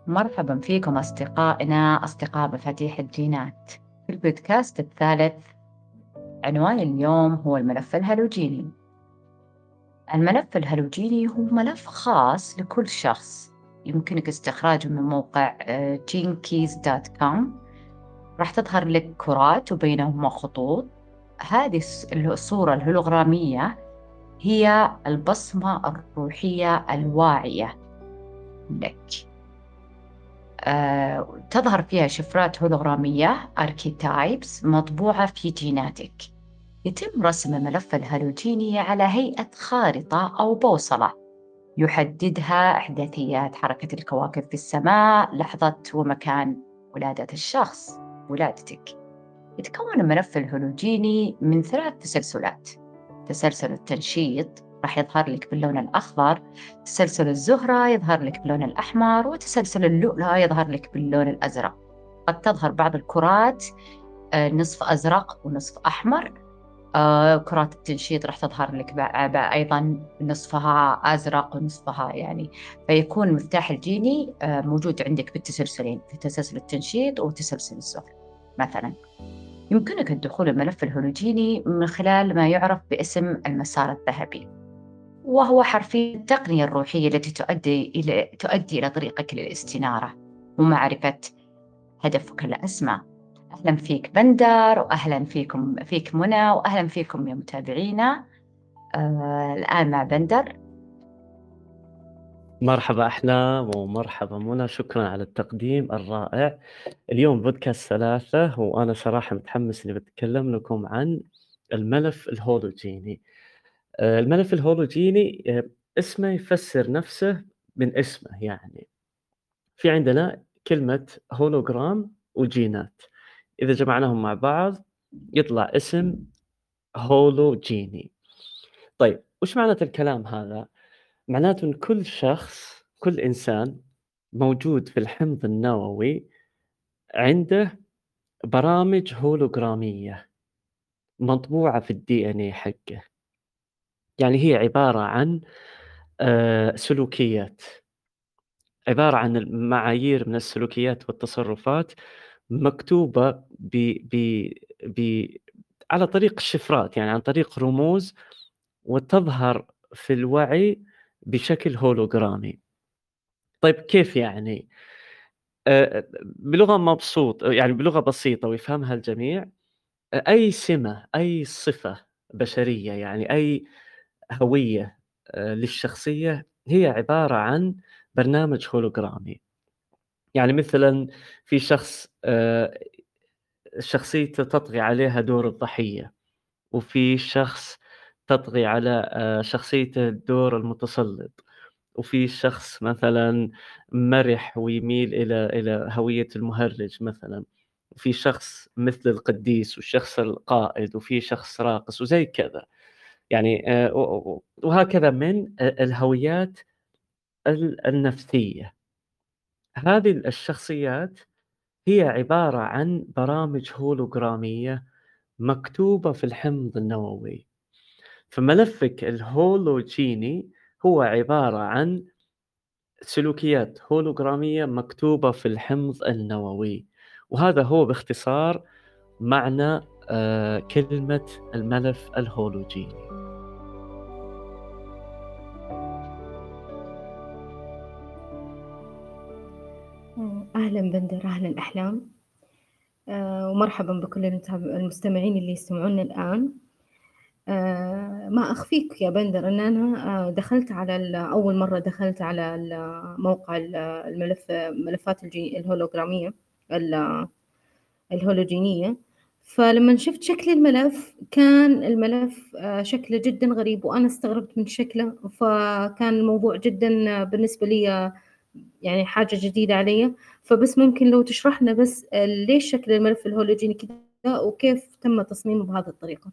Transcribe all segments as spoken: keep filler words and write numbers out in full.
مرحبا فيكم أصدقائنا أصدقاء مفاتيح الجينات. في البودكاست الثالث، عنوان اليوم هو الملف الهالوجيني. الملف الهالوجيني هو ملف خاص لكل شخص، يمكنك استخراجه من موقع جين كيز دوت كوم. راح تظهر لك كرات وبينهما خطوط. هذه الصورة الهولوغرامية هي البصمة الروحية الواعية لك. آه، تظهر فيها شفرات هولوغرامية archetypes مطبوعة في جيناتك. يتم رسم ملف الهالوجيني على هيئة خارطة أو بوصلة يحددها إحداثيات حركة الكواكب في السماء، لحظة ومكان ولادة الشخص، ولادتك. يتكون الملف الهالوجيني من ثلاث تسلسلات. تسلسل التنشيط راح يظهر لك باللون الأخضر، تسلسل الزهرة يظهر لك باللون الأحمر، وتسلسل اللؤلؤة يظهر لك باللون الأزرق. قد تظهر بعض الكرات آه، نصف أزرق ونصف أحمر. آه، كرات التنشيط راح تظهر لك بع- بع- أيضا نصفها أزرق ونصفها يعني. فيكون المفتاح الجيني آه، موجود عندك بالتسلسلين، في تسلسل التنشيط وتسلسل الزهر مثلا. يمكنك الدخول الملف الهولوجيني من خلال ما يعرف باسم المسار الذهبي، وهو حرفيا التقنية الروحية التي تؤدي إلى تؤدي إلى طريقك للاستنارة ومعرفة هدفك الأسمى. أهلا فيك بندر، وأهلا فيكم فيك منى، وأهلا فيكم يا متابعينا. آه الآن مع بندر. مرحبا أحلام ومرحبا منى، شكرا على التقديم الرائع. اليوم بودكاست ثلاثة وأنا صراحة متحمس إني بتكلم لكم عن الملف الهولوجيني. آه، الملف الهولوجيني آه، اسمه يفسر نفسه من اسمه. يعني في عندنا كلمة هولوجرام وجينات، إذا جمعناهم مع بعض يطلع اسم هولوجيني. طيب وش معنى الكلام هذا؟ معناته إن كل شخص، كل إنسان موجود في الحمض النووي عنده برامج هولوغرامية مطبوعة في الدي ان اي حقه. يعني هي عبارة عن آه، سلوكيات، عبارة عن المعايير من السلوكيات والتصرفات مكتوبة ب ب ب على طريق الشفرات، يعني عن طريق رموز، وتظهر في الوعي بشكل هولوغرامي. طيب كيف يعني؟ آآ بلغة مبسوط يعني بلغة بسيطة ويفهمها الجميع. أ أي سمة، أي صفة بشرية، يعني أي هوية آآ للشخصية هي عبارة عن برنامج هولوجرامي. يعني مثلًا في شخص آآ شخصيته تطغي عليها دور الضحية، وفي شخص تطغي على آآ شخصيته دور المتسلط، وفي شخص مثلًا مَرِح ويميل إلى إلى هوية المُهرِّج مثلًا، وفي شخص مثل القديس والشخص القائد، وفي شخص راقص وزي كذا. يعني آآ و و وهكذا من أ الهويات ال النفسية. هذه ال الشخصيات هي عبارة عن برامج هولوجرامية مكتوبة في الحمض النووي. فملفِّك الهولوجيني هو عبارة عن سلوكيات هولوغرامية مكتوبة في الحمض النووي. وهذا هو باختصار معنى آآ كلمة الملف الهولوجيني. أهلا بندر، أهلا أحلام. آه، ومرحبا بكل المتاب- المستمعين اللي يستمعون الآن. آه، ما أخفيك يا بندر أن أنا آه، دخلت على ال- أول مرة دخلت على ال- موقع ال- الملف ملفات الجي الهولوغرامية ال- الهولوجينية. فلما شفت شكل الملف كان الملف آه، شكله جدا غريب، وأنا استغربت من شكله، فكان الموضوع جدا بالنسبة لي يعني حاجة جديدة علي. فبس ممكن لو تشرح لنا بس آه، ليش شكل الملف الهولوجيني كذا، وكيف تم تصميمه بهذه الطريقة؟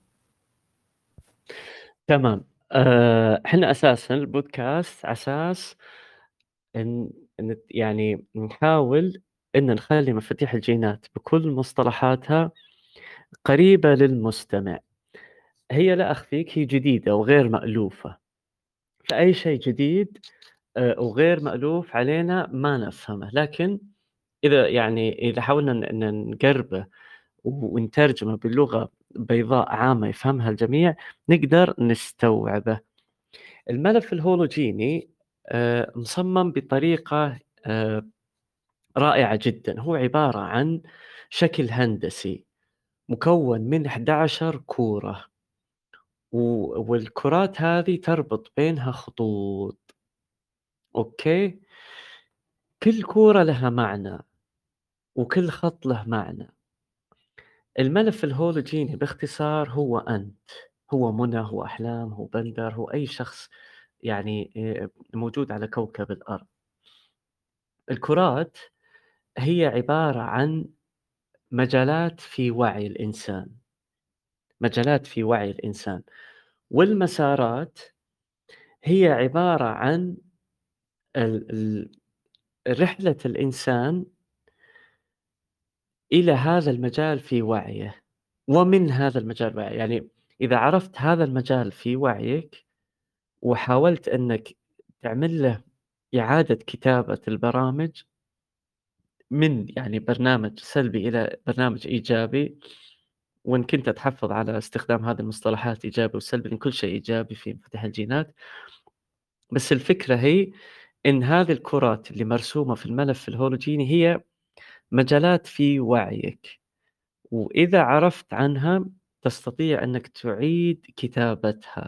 تمام. آآ إحنا أساسًا البودكاست على أساس إن إن يعني نحاول إن نخلّي مفاتيح الجينات بكل مصطلحاتها قريبة للمستمع. هي لا أخفيك هي جديدة وغير مألوفة، فأي شيء جديد آآ وغير مألوف علينا ما نفهمه، لكن إذا يعني إذا حاولنا ن ن نقربه و ونترجمه بلغة بيضاء عامة يفهمها الجميع، نقدر نستوعبه. الملف الهولوجيني آآ مصمم بطريقة آآ رائعة جدًا، هو عبارة عن شكل هندسي مكوّن من إحدى عشرة كورة، و والكرات هذه تربط بينها خطوط، أوكي؟ كل كورة لها معنى، وكل خط له معنى. الملف الهولوجيني باختصار هو أنت، هو منى، هو أحلام، هو بندر، هو أي شخص يعني آآ موجود على كوكب الأرض. الكرات هي عبارة عن مجالات في وعي الإنسان، مجالات في وعي الإنسان، والمسارات هي عبارة عن ال ال رحلة الإنسان إلى هذا المجال في وعيه، ومن هذا المجال وعي يعني إذا عرفت هذا المجال في وعيك وحاولت إنك تعمل له إعادة كتابة البرامج من يعني برنامج سلبي إلى برنامج إيجابي، وإن كنت تحفّظ على استخدام هذه المصطلحات إيجابي وسلبي لأن كل شيء إيجابي في انفتاح الجينات، بس الفكرة هي إن هذه الكرات اللي مرسومة في الملف الهولوجيني هي مجالات في وعيك، وإذا عرفت عنها تستطيع أنك تعيد كتابتها،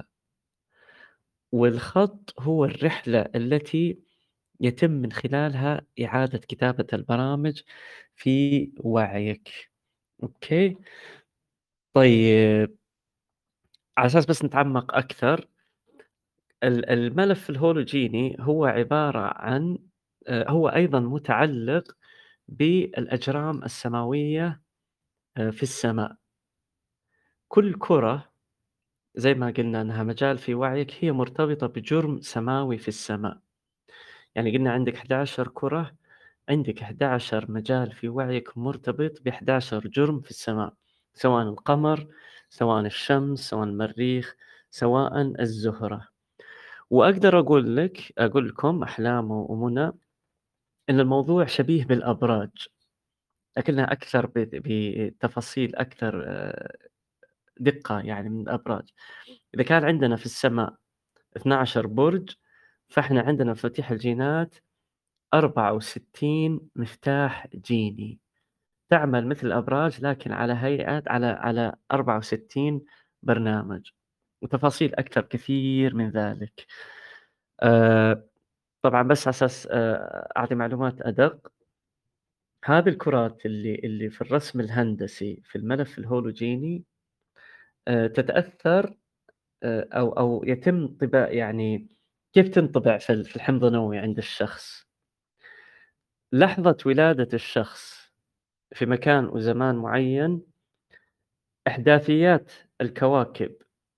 والخط هو الرحلة التي يتم من خلالها إعادة كتابة البرامج في وعيك، أوكي؟ طيب على أساس بس نتعمق أكثر، ال الملف الهولوجيني هو عبارة عن آآ هو أيضًا متعلق بالأجرام السماوية آآ في السماء. كل كرة زي ما قلنا إنها مجال في وعيك هي مرتبطة بجرم سماوي في السماء، يعني قلنا عندك إحدى عشرة كرة، عندك إحدى عشرة مجال في وعيك مرتبط بإحدى عشرة جرم في السماء، سواء القمر، سواء الشمس، سواء المريخ، سواء الزهرة. وأقدر أقول لك أقول لكم أحلام ومنى إن الموضوع شبيه بالأبراج، لكنها أكثر ب بتفاصيل أكثر آآ دقة يعني من الأبراج. إذا كان عندنا في السماء اثنا عشر برج، فإحنا عندنا مفاتيح الجينات أربعة وستين مفتاح جيني، تعمل مثل الأبراج لكن على هيئة على على أربعة وستين برنامج، وتفاصيل أكثر كثير من ذلك. آآ طبعًا بس على أساس آآ أعطي معلومات أدق، هذه الكرات اللي اللي في الرسم الهندسي في الملف الهولوجيني آآ تتأثّر آآ أو أو يتم طباع يعني كيف تنطبع في ال في الحمض النووي عند الشخص. لحظة ولادة الشخص في مكان وزمان معيّن، إحداثيات الكواكب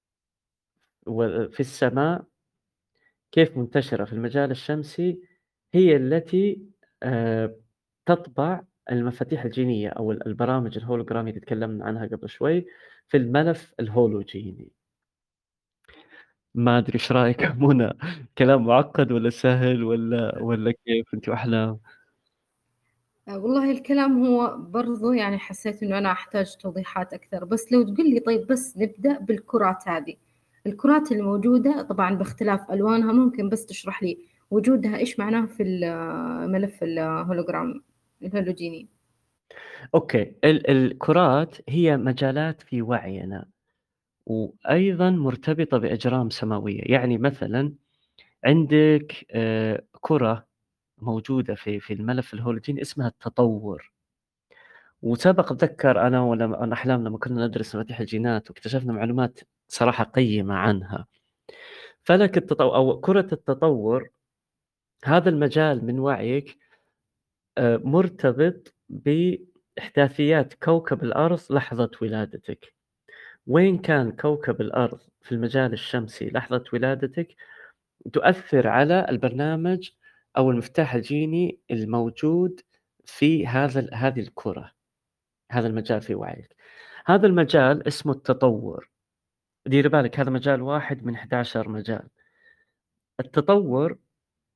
وفي السماء كيف منتشرة في المجال الشمسي، هي التي آآ تطبع المفاتيح الجينية أو ال البرامج الهولوجرامية اللي تكلمنا عنها قبل شوي في الملف الهولوجيني. ما أدري إيش رأيك يا منى؟ كلام معقد والّا سهل والّا والّا كيف أنتِ وأحلام؟ آآ والله الكلام هو برضه يعني حسيت إنه أنا أحتاج توضيحات أكثر، بس لو تقول لي طيب بس نبدأ بالكرات هذه، الكرات الموجودة طبعًا باختلاف ألوانها ممكن بس تشرح لي وجودها إيش معناه في ال ملف الهولوجرام الهولوجيني؟ أوكي، ال الكرات هي مجالات في وعينا، وأيضًا مرتبطة بأجرام سماوية، يعني مثلًا عندِك آآ كرة موجودة في في الملف الهولوجيني اسمها التطور، وسبق أتذكر أنا ولم أنا أحلام لمّا كنا ندرس مفاتيح الجينات واكتشفنا معلومات صراحة قيّمة عنها. فلك التطو أو كرة التطور هذا المجال من وعيك آآ مرتبط بإحداثيات كوكب الأرض لحظة ولادتك، وين كان كوكب الأرض في المجال الشمسي لحظة ولادتك تؤثر على البرنامج أو المفتاح الجيني الموجود في هذا ال هذه الكرة، هذا المجال في وعيك. هذا المجال اسمه التطور، ديري بالِك هذا مجال واحد من إحدى عشرة مجال. التطور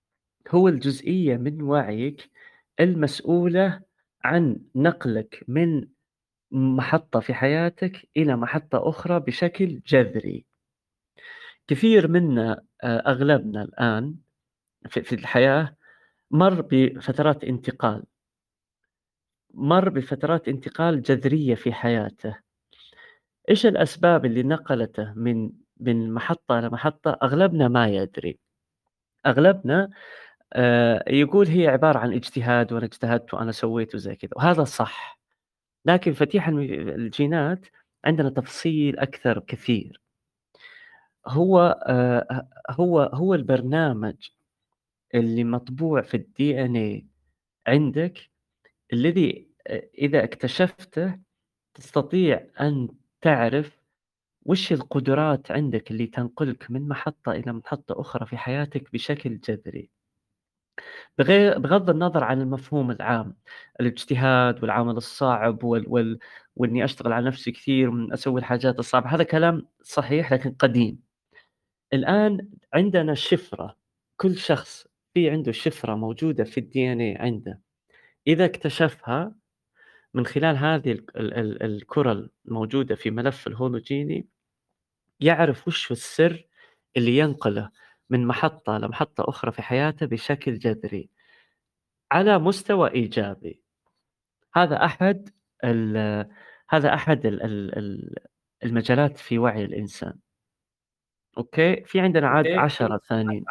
هو الجزئية من وعيك المسؤولة عن نقلك من محطة في حياتك إلى محطة أخرى بشكل جذري. كثير منا آآ أغلبنا الآن في في الحياة مَر بفترات انتقال، مَر بفترات انتقال جذرية في حياته. إيش الأسباب اللي نقلته من من محطة لمحطة؟ أغلبنا ما يدري، أغلبنا آآ يقول هي عبارة عن اجتهاد وأنا اجتهدت وأنا سويت وزي كذا، وهذا صح، لكن مفاتيح الم الجينات عندنا تفصيل أكثر بكثير. هو آآ ه هو هو البرنامج اللي مطبوع في الDNA عندك الذي أ إذا اكتشفته تستطيع أن تعرف وش القدرات عندك اللي تنقلك من محطة إلى محطة أخرى في حياتك بشكل جذري. بغي بغض النظر عن المفهوم العام، الاجتهاد والعمل الصعب وال وال وإني أشتغل على نفسي كثير وإن أسوي الحاجات الصعبة، هذا كلام صحيح لكن قديم. الآن عندنا شفرة، كل شخص في عنده شفرة موجودة في الDNA عنده، إذا اكتشفها من خلال هذه ال ال ال الكرة الموجودة في ملف الهولوجيني، يعرف وش هو السر اللي ينقله من محطة لمحطة أخرى في حياته بشكل جذري، على مستوى إيجابي. هذا أحد ال هذا أحد ال ال ال المجالات في وعي الإنسان. أوكي، في عندنا عاد أوكي. عشرة ثانيين.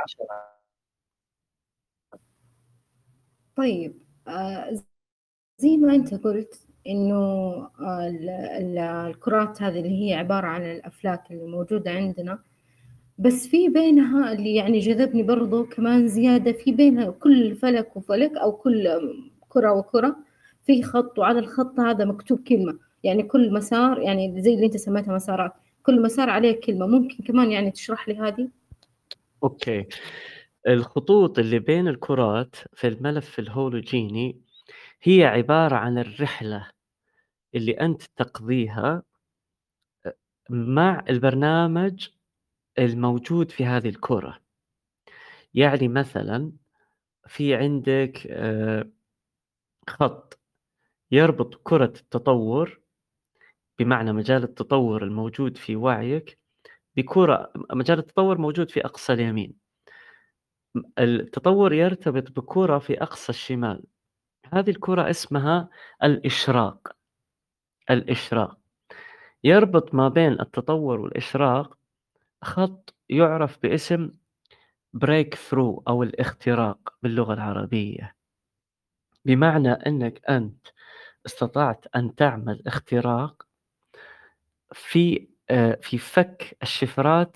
طيب آه، زي ما أنت قلت إنه آه، ال- ال- الكرات هذه اللي هي عبارة عن الأفلاك اللي موجودة عندنا، بس في بينها اللي يعني جذبني برضو كمان زيادة، في بين كل فلك وفلك أو كل كرة وكرة في خط، وعلى الخط هذا مكتوب كلمة، يعني كل مسار يعني زي اللي أنت سميتها مسارات، كل مسار عليه كلمة. ممكن كمان يعني تشرح لي هذه؟ أوكي، الخطوط اللي بين الكرات في الملف الهولوجيني هي عبارة عن الرحلة اللي أنت تقضيها أ مع البرنامج الموجود في هذه الكرة. يعني مثلًا في عندك آآ خط يربط كرة التطور، بمعنى مجال التطور الموجود في وعيك بكرة م مجال التطور موجود في أقصى اليمين، م التطور يرتبط بكرة في أقصى الشمال، هذه الكرة اسمها الإشراق، الإشراق، يربط ما بين التطور والإشراق خط يُعرف باسم breakthrough أو الاختراق باللغة العربية، بمعنى أنك أنت استطعت أن تعمل اختراق في آآ في فك الشفرات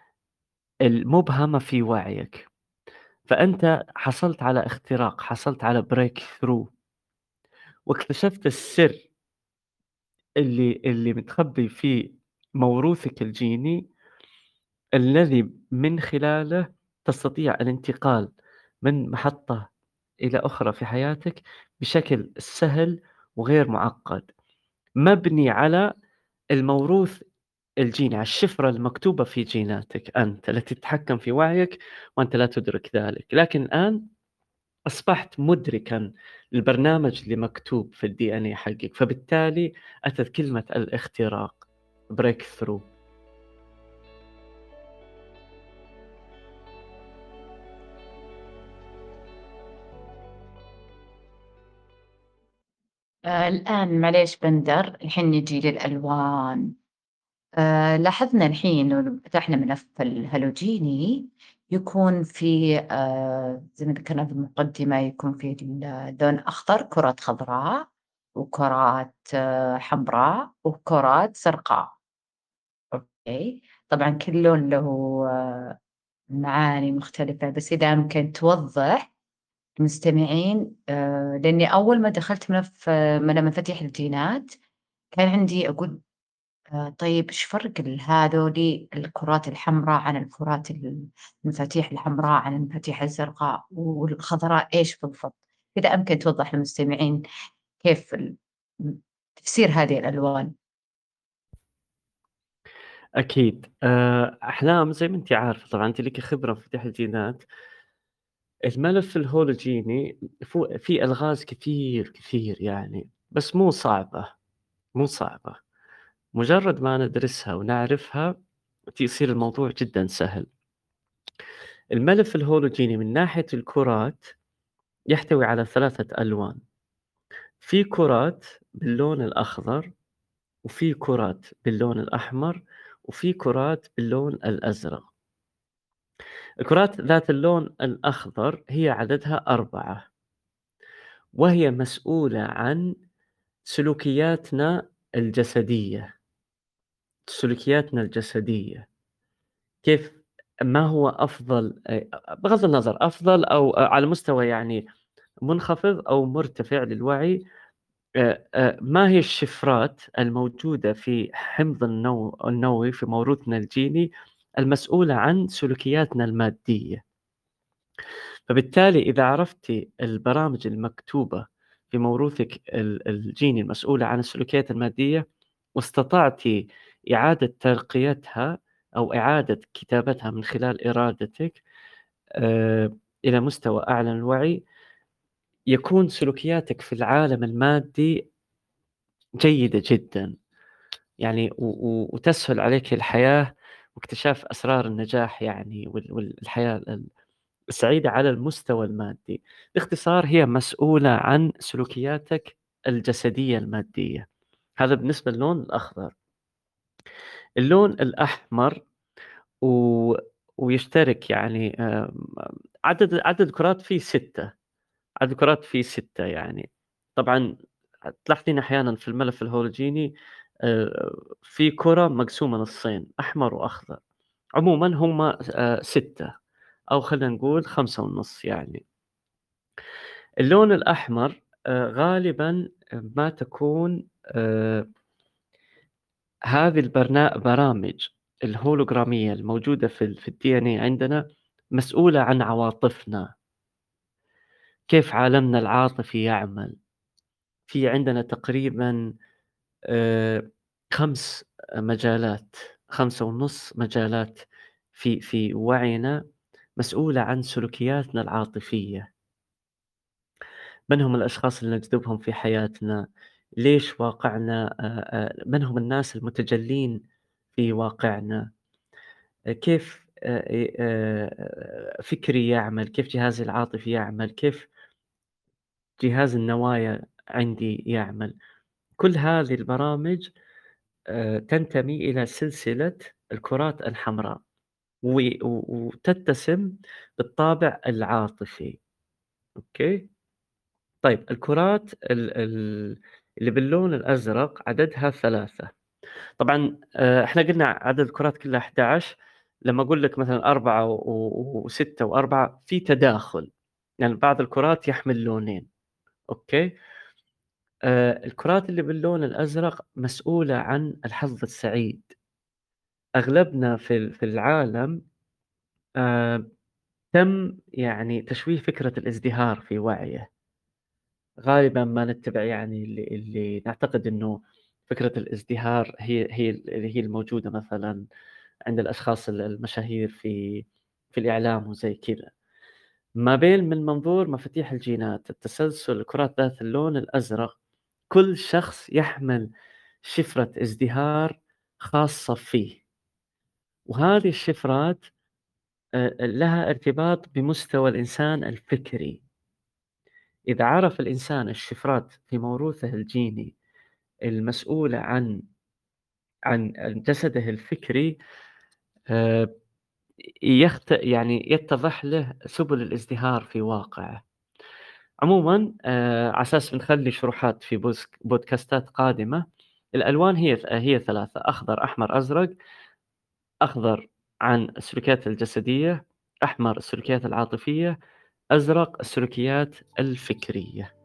المبهمة في وعيك، فأنت حصلت على اختراق، حصلت على breakthrough واكتشفت السر اللي اللي متخبي في موروثك الجيني، الذي من خلاله تستطيع الانتقال من محطة إلى أخرى في حياتك بشكل سهل وغير معقد، مبني على الموروث الجيني، على الشفرة المكتوبة في جيناتك أنت التي تتحكم في وعيك وأنت لا تدرك ذلك، لكن الآن أصبحت مدركًا للبرنامج اللي مكتوب في الDNA حقك، فبالتالي أتت كلمة الاختراق breakthrough. آه، الآن معليش بندر، الحين نجي للألوان. آه، لاحظنا الحين إنه فتحنا ملف الهالوجيني يكون في آه، زي ما ذكرنا في المقدمة، يكون في اللون أخضر، كرات خضراء وكرات آه، حمراء وكرات زرقاء. أوكي، طبعا كل لون له آه، معاني مختلفة، بس إذا ممكن توضح المستمعين. آه، لأني أول ما دخلت ملف آه، من مفاتيح الجينات كان عندي أقول آه، طيب إيش فرق ال- هذولي الكرات الحمراء عن الكرات ال- المفاتيح الحمراء عن المفاتيح الزرقاء والخضراء، إيش بالضبط؟ إذا أمكن توضح للمستمعين كيف ال- تفسير هذه الألوان. أكيد. آآ أحلام زي ما أنتِ عارفة طبعًا أنتِ ليكِ خبرة في مفاتيح الجينات، الملف الهولوجيني فو فيه ألغاز كثير، كثير يعني، بس مو صعبة، مو صعبة. مجرد ما ندرسها ونعرفها يصير الموضوع جدًا سهل. الملف الهولوجيني من ناحية الكرات يحتوي على ثلاثة ألوان، في كرات باللون الأخضر، وفي كرات باللون الأحمر، وفي كرات باللون الأزرق. الكرات ذات اللون الأخضر هي عددها أربعة، وهي مسؤولة عن سلوكياتنا الجسدية، سلوكياتنا الجسدية، كيف ما هو أفضل آآ بغض النظر أفضل أو على مستوى يعني منخفض أو مرتفع للوعي، آآ آآ ما هي الشفرات الموجودة في حمض النو النووي في موروثنا الجيني المسؤولة عن سلوكياتنا المادية. فبالتالي إذا عرفتِ البرامج المكتوبة في موروثِك ال الجيني المسؤولة عن السلوكيات المادية، واستطعتِ إعادة ترقيتها أو إعادة كتابتها من خلال إرادتِك آآ إلى مستوى أعلى من الوعي، يكون سلوكياتِك في العالم المادي جيدة جدًا، يعني و و وتسهل عليكِ الحياة واكتشاف أسرار النجاح يعني وال والحياة ال السعيدة على المستوى المادي. باختصار هي مسؤولة عن سلوكياتك الجسدية المادية. هذا بالنسبة للون الأخضر. اللون الأحمر و ويشترك يعني آمم، عدد عدد الكرات فيه ستة، عدد الكرات فيه ستة يعني. طبعًا تلاحظين أحيانًا في الملف الهولوجيني آآ، في كرة مقسومة نصين، أحمر وأخضر. عمومًا هم آآ، ستة أو خلينا نقول خمسة ونص يعني. اللون الأحمر آآ غالبًا ما تكون آآ هذه البرنا برامج الهولوجرامية الموجودة في ال في الDNA عندنا مسؤولة عن عواطفنا، كيف عالمنا العاطفي يعمل. في عندنا تقريبًا آآ خمس مجالات، خمسة ونص مجالات في في وعينا مسؤولة عن سلوكياتنا العاطفية. من هم الأشخاص اللي نجذبهم في حياتنا؟ ليش واقعنا آآ آآ من هم الناس المتجلين في واقعنا؟ آآ كيف آآ آآ فكري يعمل؟ كيف جهازي العاطفي يعمل؟ كيف جهاز النوايا عندي يعمل؟ كل هذه البرامج آآ تنتمي إلى سلسلة الكرات الحمراء و و وتتسم بالطابع العاطفي، أوكي؟ طيب الكرات ال ال اللي باللون الأزرق عددها ثلاثة. طبعًا آآ إحنا قلنا عدد الكرات كلها إحدى عشر. لمّا أقول لك مثلًا أربعة و و6 و4 في تداخل، يعني بعض الكرات يحمل لونين، أوكي؟ آآ الكرات اللي باللون الأزرق مسؤولة عن الحظ السعيد. أغلبنا في ال في العالم آآ تم يعني تشويه فكرة الازدهار في وعيه. غالبًا ما نتّبع يعني اللي اللي نعتقد إنه فكرة الازدهار هي هي اللي هي الموجودة مثلًا عند الأشخاص ال المشاهير في في الإعلام وزي كذا. ما بين من منظور مفاتيح الجينات، التسلسل، الكرات ذات اللون الأزرق، كل شخص يحمل شفرة ازدهار خاصة فيه، وهذه الشفرات آآ لها ارتباط بمستوى الإنسان الفكري. إذا عرف الإنسان الشفرات في موروثه الجيني المسؤولة عن عن عن جسده الفكري، آآ يخت يعني يتضح له سبل الازدهار في واقعه. عمومًا آآ على أساس بنخلي شروحات في بوسك بودكاستات قادمة. الألوان هي ث هي ثلاثة: أخضر، أحمر، أزرق. أخضر عن السلوكيات الجسدية، أحمر السلوكيات العاطفية، أزرق السلوكيات الفكرية.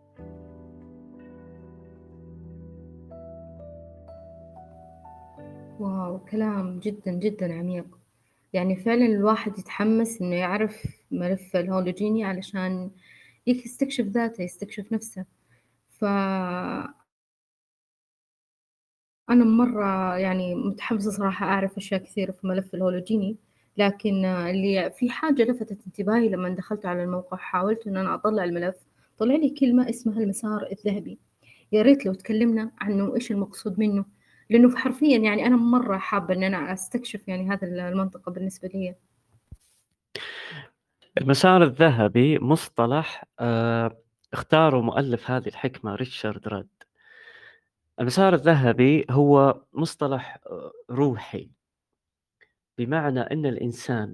واو! كلام جدًا، جدًا عميق. يعني فعلًا الواحد يتحمس إنه يعرف ملف الهولوجيني علشان يستكشف ذاته، يستكشف نفسه. فأنا مرة يعني متحمسة صراحة أعرف أشياء كثيرة في ملف الهولوجيني، لكن آه، اللي في حاجة لفتت انتباهي لما دخلت على الموقع، حاولت إن أنا أطلع الملف، طلع لي كلمة اسمها المسار الذهبي. يا ريت لو تكلمنا عنه، إيش المقصود منه؟ لأنه حرفيا يعني أنا مرة حابة إن أنا أستكشف يعني هذا المنطقة بالنسبة لي. المسار الذهبي مصطلح آه، اختاره مؤلف هذه الحكمة ريتشارد راد. المسار الذهبي هو مصطلح آه، روحي، بمعنى أن الإنسان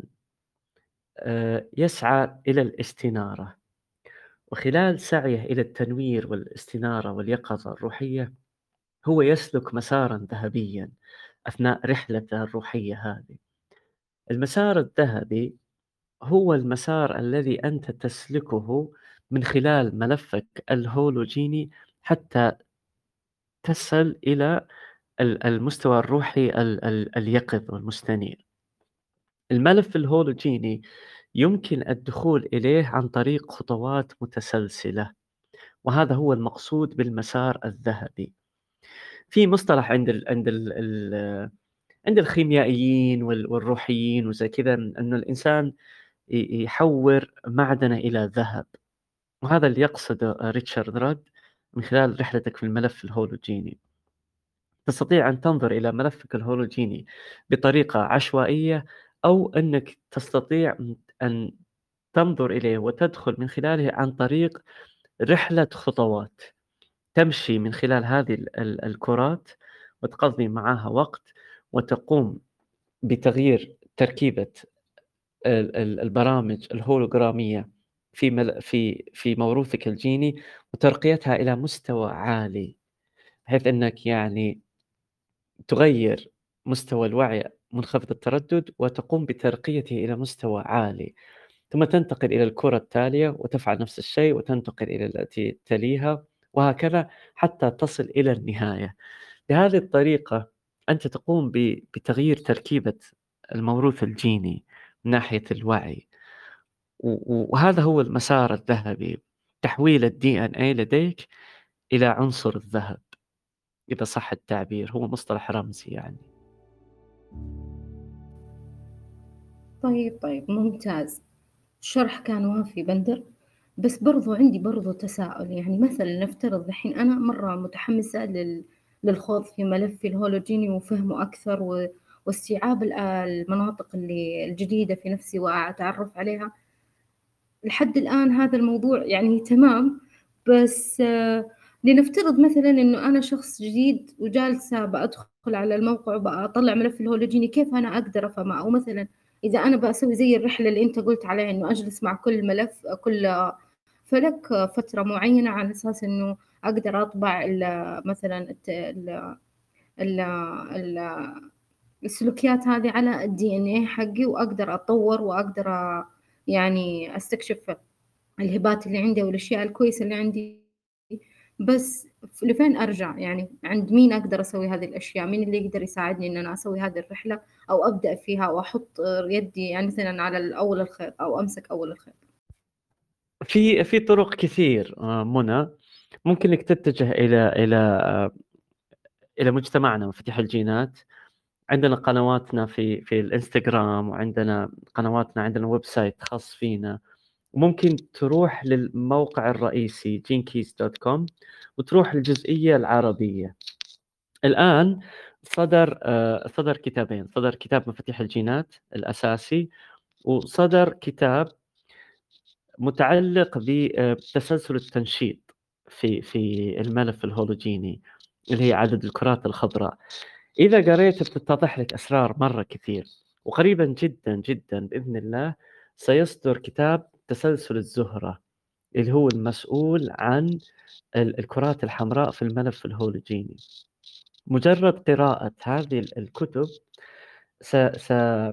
آه، يسعى إلى الاستنارة، وخلال سعيه إلى التنوير والاستنارة واليقظة الروحية هو يسلك مسارا ذهبيا أثناء رحلته الروحية هذه. المسار الذهبي هو المسار الذي أنت تسلكه من خلال ملفك الهولوجيني حتى تصل إلى ال- المستوى الروحي ال- ال- اليقظ والمستنير. الملف الهولوجيني يمكن الدخول إليه عن طريق خطوات متسلسلة، وهذا هو المقصود بالمسار الذهبي. في مصطلح عند ال عند ال ال عند الخيميائيين وال- والروحيين وزي كذا، أنه الإنسان ي- يحور معدنه إلى ذهب، وهذا اللي يقصده ريتشارد راد من خلال رحلتك في الملف الهولوجيني. تستطيع أن تنظر إلى ملفك الهولوجيني بطريقة عشوائية، أو أنك تستطيع أن تنظر إليه وتدخل من خلاله عن طريق رحلة خطوات، تمشي من خلال هذه ال- ال- الكرات وتقضي معها وقت، وتقوم بتغيير تركيبة ال- ال- البرامج الهولوغرامية في مل... في في موروثك الجيني، وترقيتها إلى مستوى عالي، بحيث أنك يعني تغير مستوى الوعي منخفض التردد وتقوم بترقيته إلى مستوى عالي، ثم تنتقل إلى الكرة التالية وتفعل نفس الشيء وتنتقل إلى التي تليها، وهكذا حتى تصل إلى النهاية. بهذه الطريقة أنت تقوم ب- بتغيير تركيبة الموروث الجيني من ناحية الوعي، و- وهذا هو المسار الذهبي، تحويل الدي ان اي لديك إلى عنصر الذهب، إذا صح التعبير، هو مصطلح رمزي يعني. طيب طيب ممتاز، الشرح كان وافي بندر. بس برضو عندي برضو تساؤل، يعني مثلا نفترض الحين أنا مرة متحمسة لل... للخوض في ملف الهولوجيني وفهمه أكثر و... واستيعاب ال- المناطق اللي الجديدة في نفسي وأتعرف عليها. لحد الآن هذا الموضوع يعني تمام، بس آه، لنفترض مثلا إنه أنا شخص جديد وجالسة بأدخل على الموقع وبأطلع ملف الهولوجيني، كيف أنا أقدر أفهمه؟ أو مثلا إذا أنا بسوي زي الرحلة اللي أنت قلت عليها، إنه أجلس مع كل ملف، كل فلك فترة معينة، على أساس إنه أقدر أطبع ال- مثلا الت- ال- ال- ال- السلوكيات هذه على الدي ان اي حقي، وأقدر أطور وأقدر أ- يعني أستكشف الهبات اللي عندي والأشياء الكويسة اللي عندي. بس لفين أرجع؟ يعني عند مين أقدر أسوي هذه الأشياء؟ مين اللي يقدر يساعدني إن أنا أسوي هذه الرحلة أو أبدأ فيها وأحط يدي يعني مثلا على أول الخيط أو أمسك أول الخيط؟ في في طرق كثير آه، منى، ممكن انك تتجه الى الى آه، الى مجتمعنا مفاتيح الجينات. عندنا قنواتنا في في الانستغرام، وعندنا قنواتنا، عندنا ويب سايت خاص فينا، وممكن تروح للموقع الرئيسي جين كيز دوت كوم وتروح للجزئية العربية. الآن صدر آه، صدر كتابين، صدر كتاب مفاتيح الجينات الأساسي، وصدر كتاب متعلق بتسلسل التنشيط في في الملف الهولوجيني، اللي هي عدد الكرات الخضراء. إذا قريت بتتضح لك أسرار مرة كثير. وقريبا جدا جدا بإذن الله سيصدر كتاب تسلسل الزهرة، اللي هو المسؤول عن ال- الكرات الحمراء في الملف الهولوجيني. مجرد قراءة هذه ال- الكتب س... س...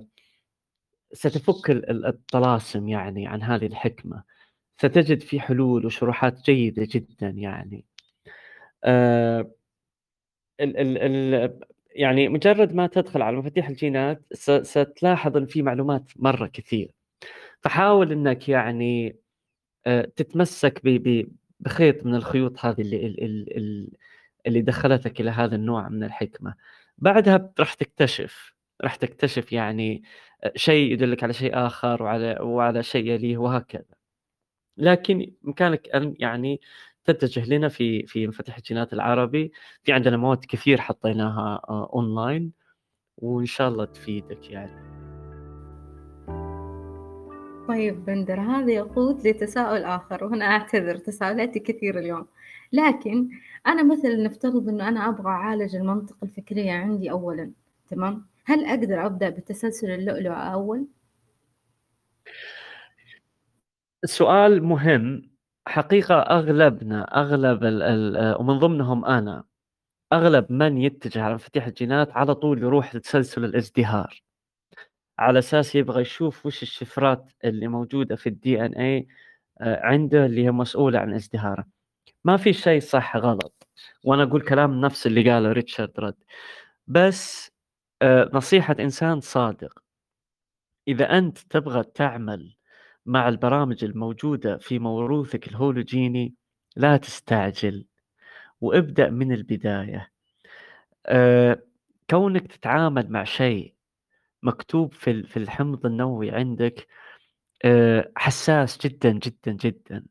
ستفك ال- ال- الطلاسم يعني عن هذه الحكمة، ستجد في حلول وشروحات جيدة جدا يعني. آه ال ال ال يعني مجرد ما تدخل على مفاتيح الجينات س- ستلاحظ ان في معلومات مرة كثير، فحاول انك يعني آه، تتمسك ب ب بخيط من الخيوط هذه اللي ال- ال- ال- اللي دخلتك إلى هذا النوع من الحكمة. بعدها راح تكتشف راح تكتشف يعني شيء يدلك على شيء آخر وعلى وعلى شيء يليه وهكذا. لكن بإمكانك أن يعني تتجه لنا في في مفاتيح الجينات العربي، في عندنا مواد كثير حطيناها آآ أونلاين وإن شاء الله تفيدك يعني. طيب بندر، هذا يقود لتساؤل آخر، وهنا أعتذر تساؤلاتي كثير اليوم، لكن أنا مثلًا نفترض إنه أنا أبغى أعالج المنطقة الفكرية عندي أولًا، تمام؟ هل أقدر أبدأ بتسلسل اللؤلؤة أول؟ السؤال مهم. حقيقة أغلبنا أغلب ال ال ومن ضمنهم أنا، أغلب من يتجه على مفاتيح الجينات على طول يروح لتسلسل الازدهار، على أساس يبغى يشوف وش الشفرات اللي موجودة في الDNA آآ عنده اللي هي مسؤولة عن ازدهاره. ما في شيء صح غلط، وأنا أقول كلام نفس اللي قاله ريتشارد راد، بس آآ نصيحة إنسان صادق، إذا أنت تبغى تعمل مع البرامج الموجودة في موروثك الهولوجيني لا تستعجل، وابدأ من البداية. آآ كونك تتعامل مع شيء مكتوب في ال في الحمض النووي عندك آآ حساس جدًا، جدًا، جدًا.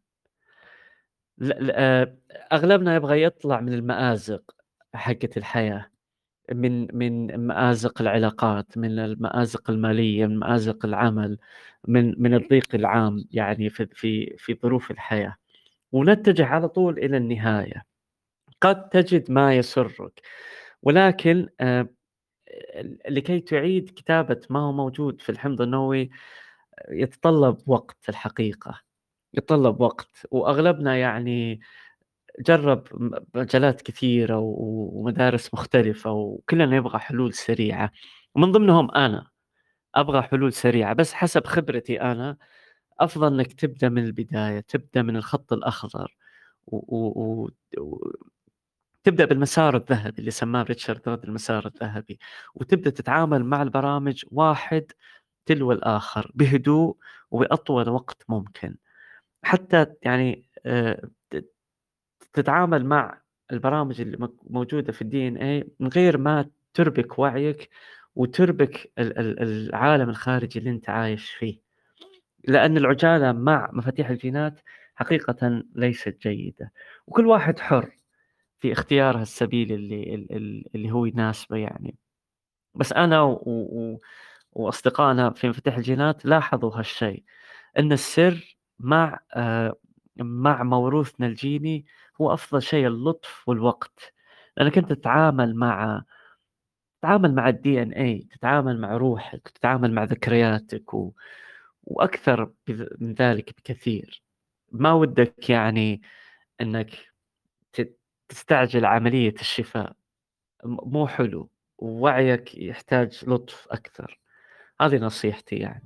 ل ل آآ أغلبنا يبغى يطلع من المآزق حقة الحياة، من من مآزق العلاقات، من المآزق المالية، من مآزق العمل، من من الضيق العام يعني في في في ظروف الحياة، ونتجه على طول إلى النهاية. قد تجد ما يسرك، ولكن آآ لكي تعيد كتابة ما هو موجود في الحمض النووي يتطلب وقت الحقيقة، يتطلب وقت، وأغلبنا يعني جرّب م مجالات كثيرة و ومدارس مختلفة وكلنا يبغى حلول سريعة، ومن ضمنهم أنا، أبغى حلول سريعة، بس حسب خبرتي أنا أفضل إنك تبدأ من البداية، تبدأ من الخط الأخضر و و و و تبدأ بالمسار الذهبي اللي سماه ريتشارد راد المسار الذهبي، وتبدأ تتعامل مع البرامج واحد تلو الآخر بهدوء وبأطول وقت ممكن، حتى يعني آآ ت تتعامل مع البرامج اللي مك موجودة في الDNA من غير ما تربك وعيك وتربك ال ال العالم الخارجي اللي أنت عايش فيه، لأن العُجالة مع مفاتيح الجينات حقيقةً ليست جيدة، وكل واحد حُر في اختياره السبيل اللي ال ال اللي هو يناسبه يعني. بس أنا و و وأصدقائنا في مفاتيح الجينات لاحظوا هالشيء، إن السر مع آآ مع موروثنا الجيني هو أفضل شيء اللطف والوقت، لأنك أنت تتعامل مع تتعامل مع الDNA، تتعامل مع روحك، تتعامل مع ذكرياتك و وأكثر بذ من ذلك بكثير. ما ودك يعني إنك ت تستعجل عملية الشفاء، م مو حلو، ووعيك يحتاج لطف أكثر. هذه نصيحتي يعني.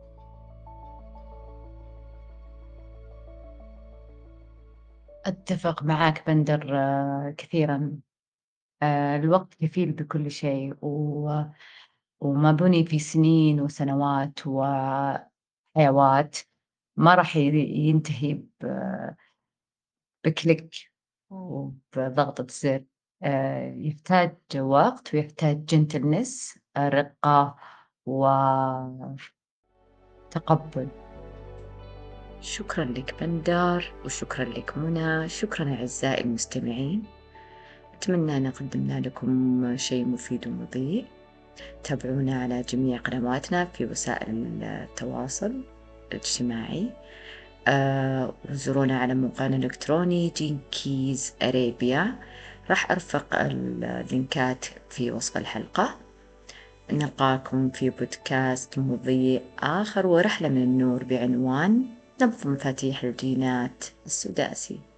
أتفق معاك بندر آه، كثيرا. آه، الوقت كفيل بكل شيء و... وما بني في سنين وسنوات وحيوات ما راح ي- ينتهي ب- بكليك وبضغطة زر. آه، يحتاج وقت ويحتاج جنتلنس، رقة وتقبل. شكرا لك بندر، وشكرا لك منى، شكرا أعزائي المستمعين. أتمنى أن قدمنا لكم شيء مفيد ومضيء. تابعونا على جميع قنواتنا في وسائل التواصل الاجتماعي. آه وزورونا على موقعنا الإلكتروني جين كيز أرابيا. راح أرفق اللينكات في وصف الحلقة. نلقاكم في بودكاست مضيء آخر ورحلة من النور بعنوان نبض مفاتيح الجينات السداسي.